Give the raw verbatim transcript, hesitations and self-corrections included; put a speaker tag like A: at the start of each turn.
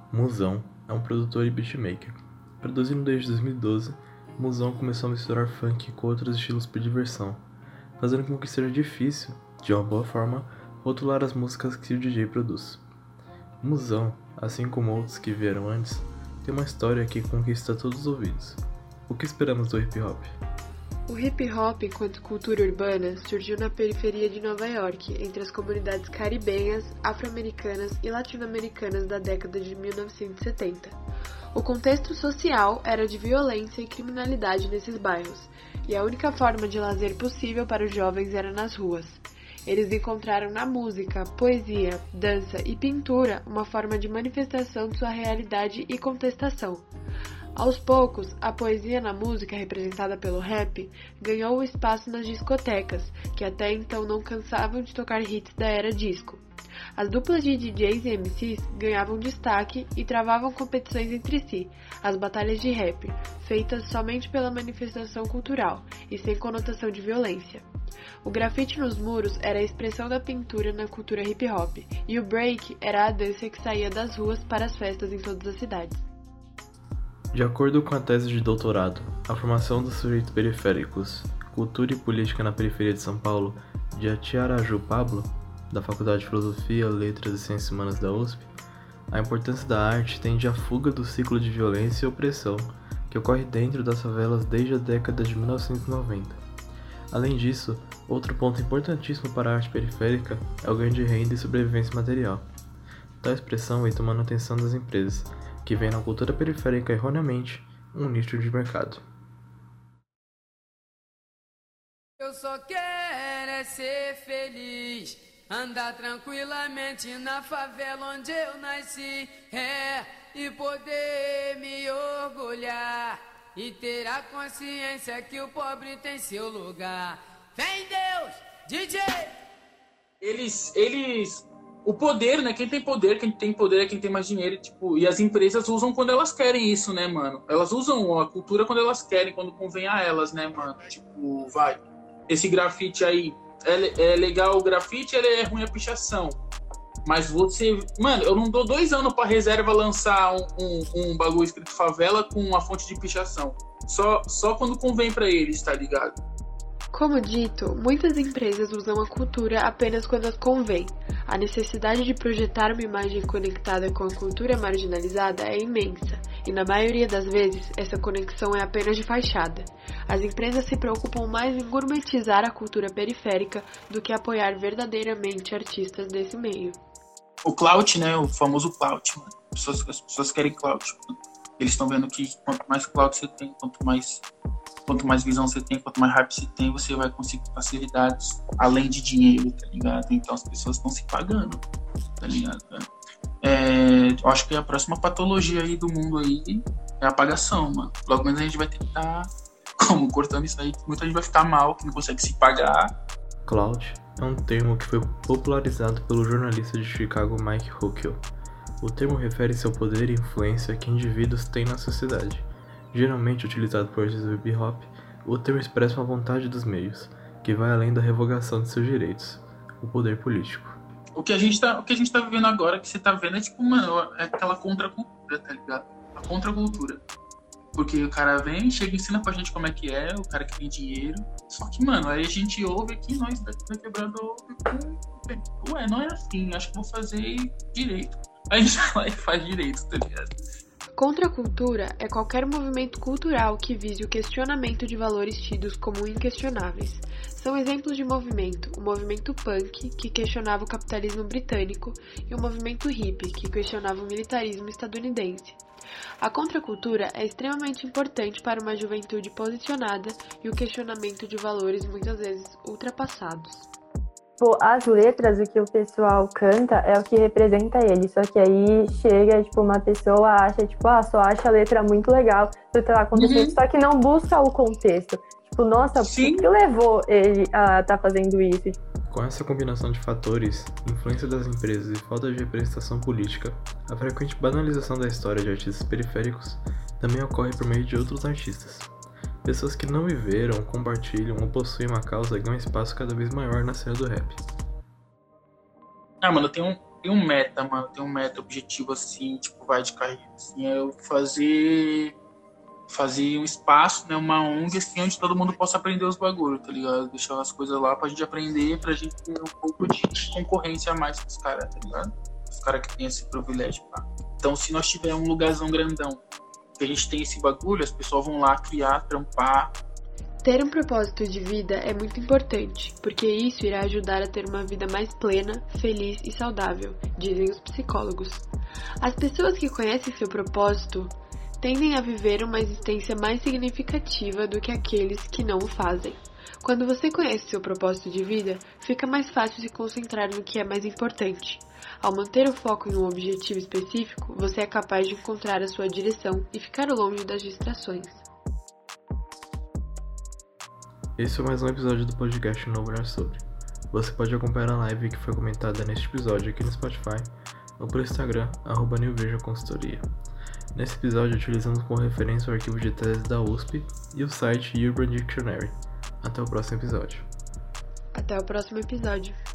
A: Musão é um produtor e beatmaker. Produzindo desde dois mil e doze, Musão começou a misturar funk com outros estilos por diversão, fazendo com que seja difícil, de uma boa forma, rotular as músicas que o D J produz. Musão, assim como outros que vieram antes, tem uma história que conquista todos os ouvidos. O que esperamos do hip hop?
B: O hip hop, enquanto cultura urbana, surgiu na periferia de Nova York, entre as comunidades caribenhas, afro-americanas e latino-americanas da década de mil novecentos e setenta. O contexto social era de violência e criminalidade nesses bairros, e a única forma de lazer possível para os jovens era nas ruas. Eles encontraram na música, poesia, dança e pintura uma forma de manifestação de sua realidade e contestação. Aos poucos, a poesia na música, representada pelo rap, ganhou espaço nas discotecas, que até então não cansavam de tocar hits da era disco. As duplas de D Js e M Cs ganhavam destaque e travavam competições entre si, as batalhas de rap, feitas somente pela manifestação cultural e sem conotação de violência. O grafite nos muros era a expressão da pintura na cultura hip hop, e o break era a dança que saía das ruas para as festas em todas as cidades.
A: De acordo com a tese de doutorado, A Formação dos Sujeitos Periféricos, Cultura e Política na Periferia de São Paulo, de Atiaraju Pablo, da Faculdade de Filosofia, Letras e Ciências Humanas da U S P, a importância da arte tende à fuga do ciclo de violência e opressão que ocorre dentro das favelas desde a década de mil novecentos e noventa. Além disso, outro ponto importantíssimo para a arte periférica é o ganho de renda e sobrevivência material. Tal expressão vem tomando atenção das empresas, que vê na cultura periférica erroneamente um nicho de mercado.
C: Eu só quero é ser feliz, andar tranquilamente na favela onde eu nasci, é, e poder me orgulhar e ter a consciência que o pobre tem seu lugar. Vem Deus, D J!
D: Eles, eles, o poder, né? Quem tem poder, quem tem poder é quem tem mais dinheiro, tipo, e as empresas usam quando elas querem isso, né, mano? Elas usam a cultura quando elas querem, quando convém a elas, né, mano? Tipo, vai, esse grafite aí, é, é legal o grafite, ele é ruim a pichação. Mas você... Mano, eu não dou dois anos pra reserva lançar um, um, um bagulho escrito favela com uma fonte de pichação. Só, só quando convém pra eles, tá ligado?
B: Como dito, muitas empresas usam a cultura apenas quando as convém. A necessidade de projetar uma imagem conectada com a cultura marginalizada é imensa, e na maioria das vezes essa conexão é apenas de fachada. As empresas se preocupam mais em gourmetizar a cultura periférica do que apoiar verdadeiramente artistas desse meio.
D: O clout, né? O famoso clout, mano. As pessoas, as pessoas querem clout. Eles estão vendo que quanto mais clout você tem, quanto mais, quanto mais visão você tem, quanto mais hype você tem, você vai conseguir facilidades além de dinheiro, tá ligado? Então as pessoas estão se pagando, tá ligado? É, eu acho que a próxima patologia aí do mundo aí é a apagação, mano. Logo menos a gente vai tentar, como cortando isso aí, muita gente vai ficar mal, que não consegue se pagar.
A: Clout é um termo que foi popularizado pelo jornalista de Chicago Mike Huckle. O termo refere-se ao poder e influência que indivíduos têm na sociedade. Geralmente utilizado por artistas do hip hop, o termo expressa uma vontade dos meios, que vai além da revogação de seus direitos, o poder político.
D: O que a gente tá, o que a gente tá vivendo agora, que você tá vendo, é tipo, mano, é aquela contracultura, tá ligado? A contracultura. Porque o cara vem, chega e ensina pra gente como é que é, o cara que tem dinheiro. Só que, mano, aí a gente ouve aqui, nós daqui da quebrada ouve. Ué, não é assim, acho que vou fazer direito. Aí a gente vai lá e faz direito, tá ligado?
B: Contracultura é qualquer movimento cultural que vise o questionamento de valores tidos como inquestionáveis. São exemplos de movimento o movimento punk, que questionava o capitalismo britânico, e o movimento hippie, que questionava o militarismo estadunidense. A contracultura é extremamente importante para uma juventude posicionada e o questionamento de valores muitas vezes ultrapassados.
E: Tipo, as letras, o que o pessoal canta é o que representa ele, só que aí chega, tipo, uma pessoa acha, tipo, ah, só acha a letra muito legal, tudo tá acontecendo, uhum. Só que não busca o contexto. Tipo, nossa,
D: Sim.
E: o que levou ele a tá fazendo isso?
A: Com essa combinação de fatores, influência das empresas e falta de representação política, a frequente banalização da história de artistas periféricos também ocorre por meio de outros artistas. Pessoas que não viveram, compartilham ou possuem uma causa ganham um espaço cada vez maior na cena do rap.
D: Ah, mano, tem um, tem um meta, mano, tem um meta objetivo, assim, tipo, vai de carreira, assim, é eu fazer, fazer um espaço, né, uma O N G, assim, onde todo mundo possa aprender os bagulhos, tá ligado? Deixar as coisas lá pra gente aprender, pra gente ter um pouco de concorrência a mais com os caras, tá ligado? Os caras que tem esse privilégio, pá. Então, se nós tiver um lugarzão grandão, que a gente tem esse bagulho, as pessoas vão lá criar, trampar.
B: Ter um propósito de vida é muito importante, porque isso irá ajudar a ter uma vida mais plena, feliz e saudável, dizem os psicólogos. As pessoas que conhecem seu propósito tendem a viver uma existência mais significativa do que aqueles que não o fazem. Quando você conhece seu propósito de vida, fica mais fácil se concentrar no que é mais importante. Ao manter o foco em um objetivo específico, você é capaz de encontrar a sua direção e ficar longe das distrações.
A: Esse foi mais um episódio do podcast Novo Olhar Sobre. Você pode acompanhar a live que foi comentada neste episódio aqui no Spotify ou pelo Instagram, arroba Newveja Consultoria. Nesse episódio utilizamos como referência o arquivo de tese da U S P e o site Urban Dictionary. Até o próximo episódio.
B: Até o próximo episódio.